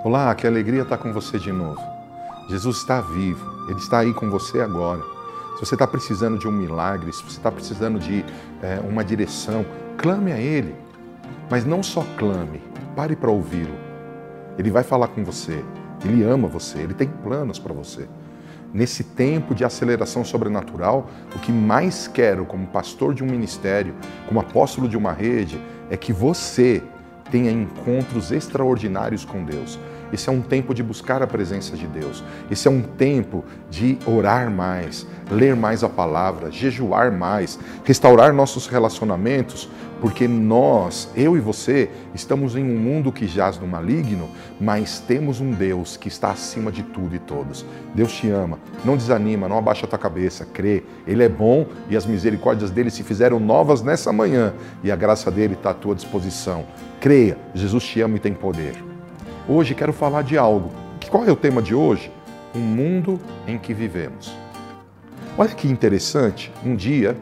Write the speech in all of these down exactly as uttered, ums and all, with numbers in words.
Olá, que alegria estar com você de novo. Jesus está vivo, Ele está aí com você agora. Se você está precisando de um milagre, se você está precisando de é, uma direção, clame a Ele. Mas não só clame, pare para ouvi-lo. Ele vai falar com você, Ele ama você, Ele tem planos para você. Nesse tempo de aceleração sobrenatural, o que mais quero como pastor de um ministério, como apóstolo de uma rede, é que você tenha encontros extraordinários com Deus. Esse é um tempo de buscar a presença de Deus. Esse é um tempo de orar mais, ler mais a palavra, jejuar mais, restaurar nossos relacionamentos, porque nós, eu e você, estamos em um mundo que jaz no maligno, mas temos um Deus que está acima de tudo e todos. Deus te ama, não desanima, não abaixa a tua cabeça, crê. Ele é bom e as misericórdias dele se fizeram novas nessa manhã e a graça dele está à tua disposição. Creia, Jesus te ama e tem poder. Hoje quero falar de algo. Qual é o tema de hoje? Um mundo em que vivemos. Olha que interessante, um dia,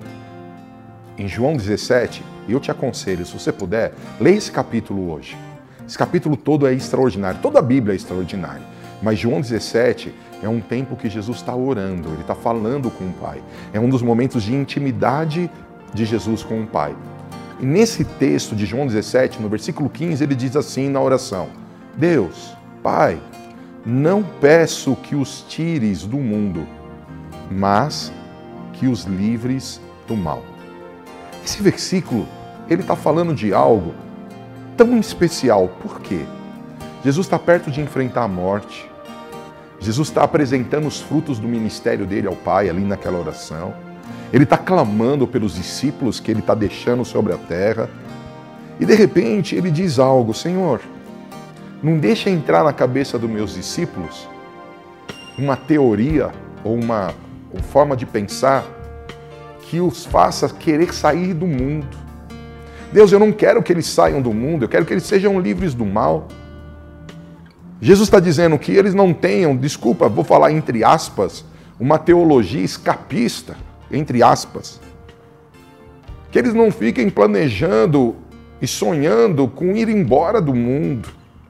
em João dezessete, eu te aconselho, se você puder, leia esse capítulo hoje. Esse capítulo todo é extraordinário, toda a Bíblia é extraordinária. Mas João dezessete é um tempo que Jesus está orando, ele está falando com o Pai. É um dos momentos de intimidade de Jesus com o Pai. E nesse texto de João dezessete, no versículo quinze, ele diz assim na oração: Deus, Pai, não peço que os tires do mundo, mas que os livres do mal. Esse versículo, ele está falando de algo tão especial. Por quê? Jesus está perto de enfrentar a morte. Jesus está apresentando os frutos do ministério dele ao Pai, ali naquela oração. Ele está clamando pelos discípulos que ele está deixando sobre a terra. E de repente ele diz algo: Senhor, não deixa entrar na cabeça dos meus discípulos uma teoria ou uma, uma forma de pensar que os faça querer sair do mundo. Deus, eu não quero que eles saiam do mundo, eu quero que eles sejam livres do mal. Jesus está dizendo que eles não tenham, desculpa, vou falar entre aspas, uma teologia escapista, entre aspas. Que eles não fiquem planejando e sonhando com ir embora do mundo.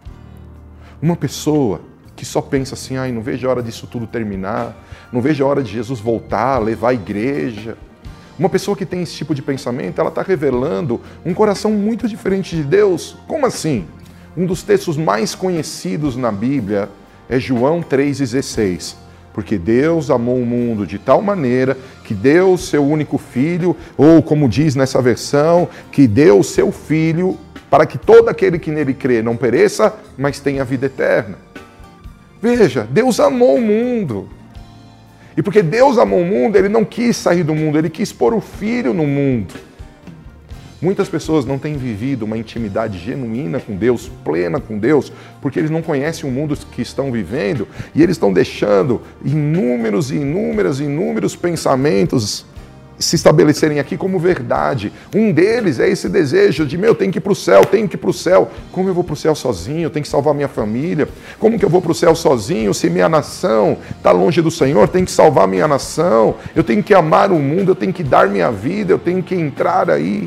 Uma pessoa que só pensa assim, ai, não vejo a hora disso tudo terminar, não vejo a hora de Jesus voltar, levar a igreja. Uma pessoa que tem esse tipo de pensamento, ela está revelando um coração muito diferente de Deus. Como assim? Um dos textos mais conhecidos na Bíblia é João três dezesseis. Porque Deus amou o mundo de tal maneira que deu o seu único filho, ou como diz nessa versão, que deu o seu filho para que todo aquele que nele crê não pereça, mas tenha vida eterna. Veja, Deus amou o mundo. E porque Deus amou o mundo, Ele não quis sair do mundo, Ele quis pôr o Filho no mundo. Muitas pessoas não têm vivido uma intimidade genuína com Deus, plena com Deus, porque eles não conhecem o mundo que estão vivendo e eles estão deixando inúmeros e inúmeros e inúmeros pensamentos se estabelecerem aqui como verdade. Um deles é esse desejo de, meu, tenho que ir para o céu, tenho que ir para o céu. Como eu vou para o céu sozinho? Eu tenho que salvar minha família. Como que eu vou para o céu sozinho se minha nação está longe do Senhor? Tenho que salvar minha nação. Eu tenho que amar o mundo, eu tenho que dar minha vida, eu tenho que entrar aí.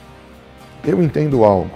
Eu entendo algo.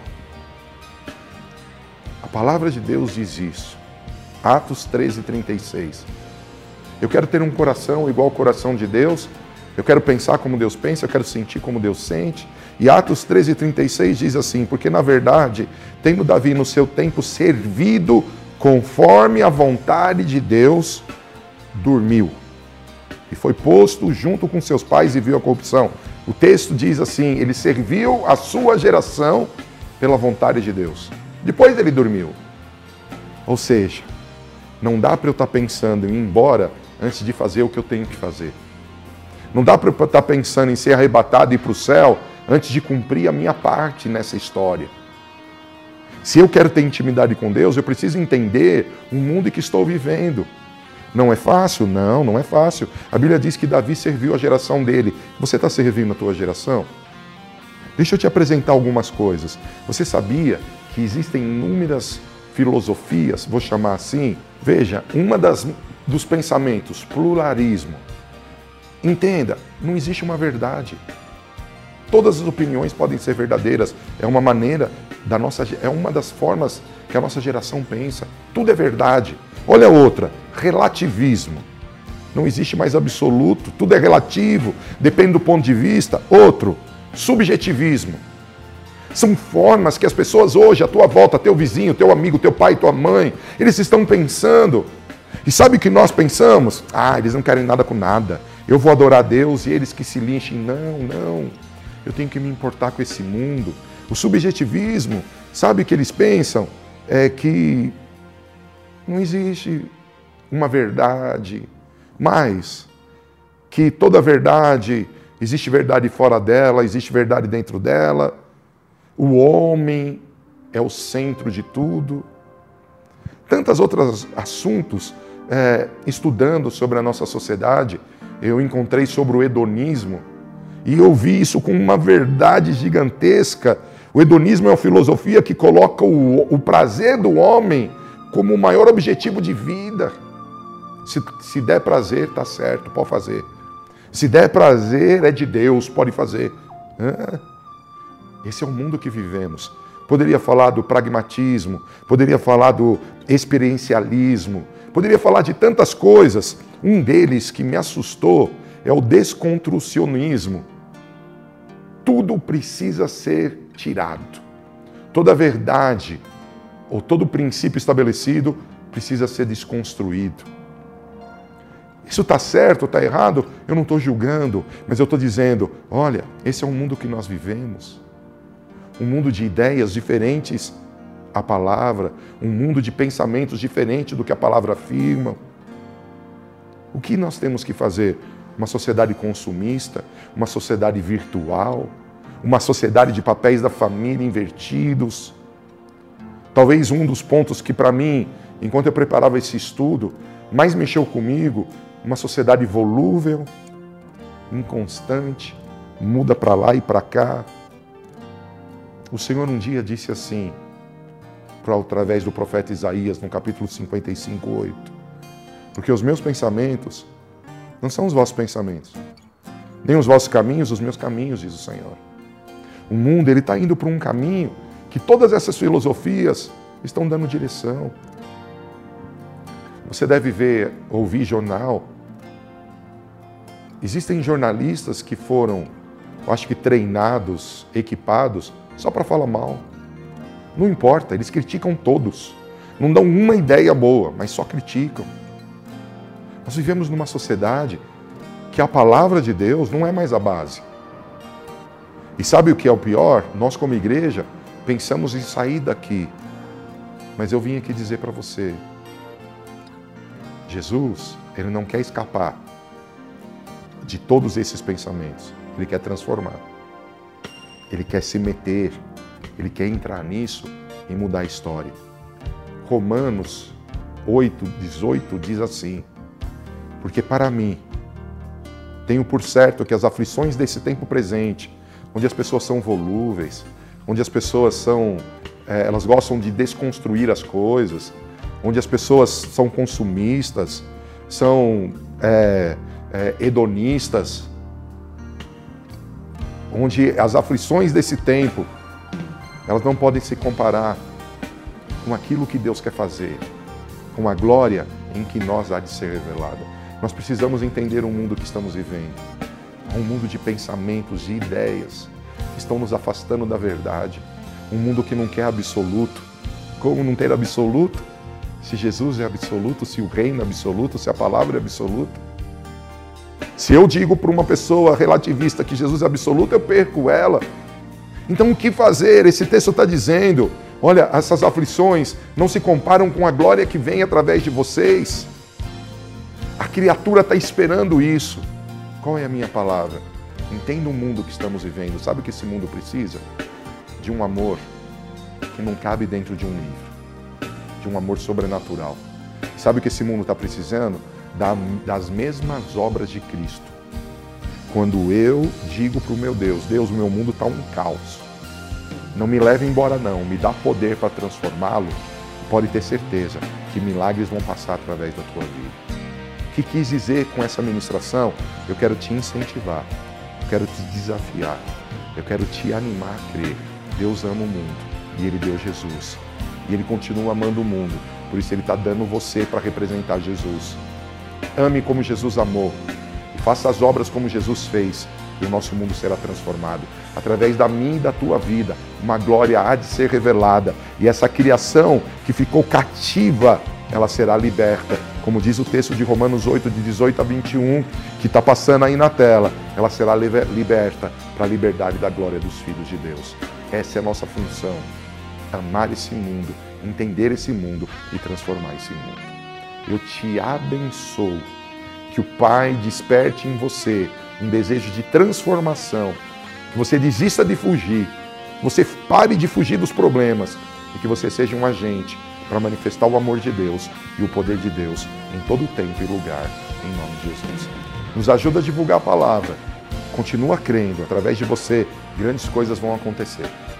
A palavra de Deus diz isso. Atos treze, trinta e seis. Eu quero ter um coração igual ao coração de Deus. Eu quero pensar como Deus pensa, eu quero sentir como Deus sente. E Atos treze, trinta e seis diz assim: porque na verdade, tendo Davi no seu tempo servido conforme a vontade de Deus, dormiu. E foi posto junto com seus pais e viu a corrupção. O texto diz assim: ele serviu a sua geração pela vontade de Deus. Depois ele dormiu. Ou seja, não dá para eu estar pensando em ir embora antes de fazer o que eu tenho que fazer. Não dá para eu estar pensando em ser arrebatado e ir para o céu antes de cumprir a minha parte nessa história. Se eu quero ter intimidade com Deus, eu preciso entender o mundo em que estou vivendo. Não é fácil? Não, não é fácil. A Bíblia diz que Davi serviu a geração dele. Você está servindo a tua geração? Deixa eu te apresentar algumas coisas. Você sabia que existem inúmeras filosofias, vou chamar assim? Veja, uma das dos pensamentos, pluralismo. Entenda, não existe uma verdade. todas as opiniões podem ser verdadeiras. É uma maneira da nossa, é uma das formas que a nossa geração pensa. Tudo é verdade. Olha outra, relativismo. Não existe mais absoluto, tudo é relativo, depende do ponto de vista. Outro, subjetivismo. São formas que as pessoas hoje, à tua volta, teu vizinho, teu amigo, teu pai, tua mãe, eles estão pensando. E sabe o que nós pensamos? Ah, eles não querem nada com nada. Eu vou adorar a Deus e eles que se lixem. Não, não. Eu tenho que me importar com esse mundo. O subjetivismo, sabe o que eles pensam? É que não existe uma verdade, mas que toda verdade, existe verdade fora dela, existe verdade dentro dela. O homem é o centro de tudo. Tantos outros assuntos, é, estudando sobre a nossa sociedade, eu encontrei sobre o hedonismo e eu vi isso com uma verdade gigantesca. O hedonismo é uma filosofia que coloca o, o prazer do homem como o maior objetivo de vida. Se, se der prazer, tá certo, pode fazer. Se der prazer, é de Deus, pode fazer. Ah, esse é o mundo que vivemos. Poderia falar do pragmatismo, poderia falar do experiencialismo, poderia falar de tantas coisas. Um deles que me assustou é o desconstrucionismo. Tudo precisa ser tirado. Toda verdade ou todo princípio estabelecido precisa ser desconstruído. Isso está certo ou está errado? Eu não estou julgando, mas eu estou dizendo, olha, esse é o mundo que nós vivemos. Um mundo de ideias diferentes à palavra, um mundo de pensamentos diferentes do que a palavra afirma. O que nós temos que fazer? Uma sociedade consumista, uma sociedade virtual, uma sociedade de papéis da família invertidos. Talvez um dos pontos que para mim, enquanto eu preparava esse estudo, mais mexeu comigo, uma sociedade volúvel, inconstante, muda para lá e para cá. O Senhor um dia disse assim, através do profeta Isaías, no capítulo cinquenta e cinco, oito, porque os meus pensamentos não são os vossos pensamentos, nem os vossos caminhos, os meus caminhos, diz o Senhor. O mundo ele está indo para um caminho que todas essas filosofias estão dando direção. Você deve ver, ouvir jornal. Existem jornalistas que foram, eu acho que treinados, equipados, só para falar mal. Não importa, eles criticam todos. Não dão uma ideia boa, mas só criticam. Nós vivemos numa sociedade que a palavra de Deus não é mais a base. E sabe o que é o pior? Nós como igreja pensamos em sair daqui. Mas eu vim aqui dizer para você, Jesus, Ele não quer escapar de todos esses pensamentos. Ele quer transformar. Ele quer se meter, ele quer entrar nisso e mudar a história. Romanos oito, dezoito diz assim, porque para mim, tenho por certo que as aflições desse tempo presente, onde as pessoas são volúveis, onde as pessoas são, é, elas gostam de desconstruir as coisas, onde as pessoas são consumistas, são é, é, hedonistas, onde as aflições desse tempo, elas não podem se comparar com aquilo que Deus quer fazer, com a glória em que nós há de ser revelada. Nós precisamos entender o mundo que estamos vivendo. É um mundo de pensamentos, de ideias, que estão nos afastando da verdade. Um mundo que não quer absoluto. Como não ter absoluto? Se Jesus é absoluto, se o reino é absoluto, se a palavra é absoluta. Se eu digo para uma pessoa relativista que Jesus é absoluto, eu perco ela. Então o que fazer? Esse texto está dizendo, olha, essas aflições não se comparam com a glória que vem através de vocês. A criatura está esperando isso. Qual é a minha palavra? Entenda o mundo que estamos vivendo. Sabe o que esse mundo precisa? De um amor que não cabe dentro de um livro. De um amor sobrenatural. Sabe o que esse mundo está precisando? Das mesmas obras de Cristo. Quando eu digo para o meu Deus, Deus, o meu mundo está um caos. Não me leve embora não, me dá poder para transformá-lo. Pode ter certeza que milagres vão passar através da tua vida. O que quis dizer com essa ministração? Eu quero te incentivar, eu quero te desafiar Eu quero te animar a crer. Deus ama o mundo e Ele deu Jesus. E Ele continua amando o mundo. Por isso Ele está dando você para representar Jesus. Ame como Jesus amou. E faça as obras como Jesus fez. E o nosso mundo será transformado. Através da minha e da tua vida, uma glória há de ser revelada. E essa criação que ficou cativa, ela será liberta. Como diz o texto de Romanos oito, de dezoito a vinte e um, que está passando aí na tela. Ela será liberta para a liberdade da glória dos filhos de Deus. Essa é a nossa função. Amar esse mundo, entender esse mundo e transformar esse mundo. Eu te abençoo. Que o Pai desperte em você um desejo de transformação. Que você desista de fugir. Que você pare de fugir dos problemas. E que você seja um agente para manifestar o amor de Deus e o poder de Deus em todo tempo e lugar, em nome de Jesus. Nos ajuda a divulgar a palavra. Continua crendo. Através de você, grandes coisas vão acontecer.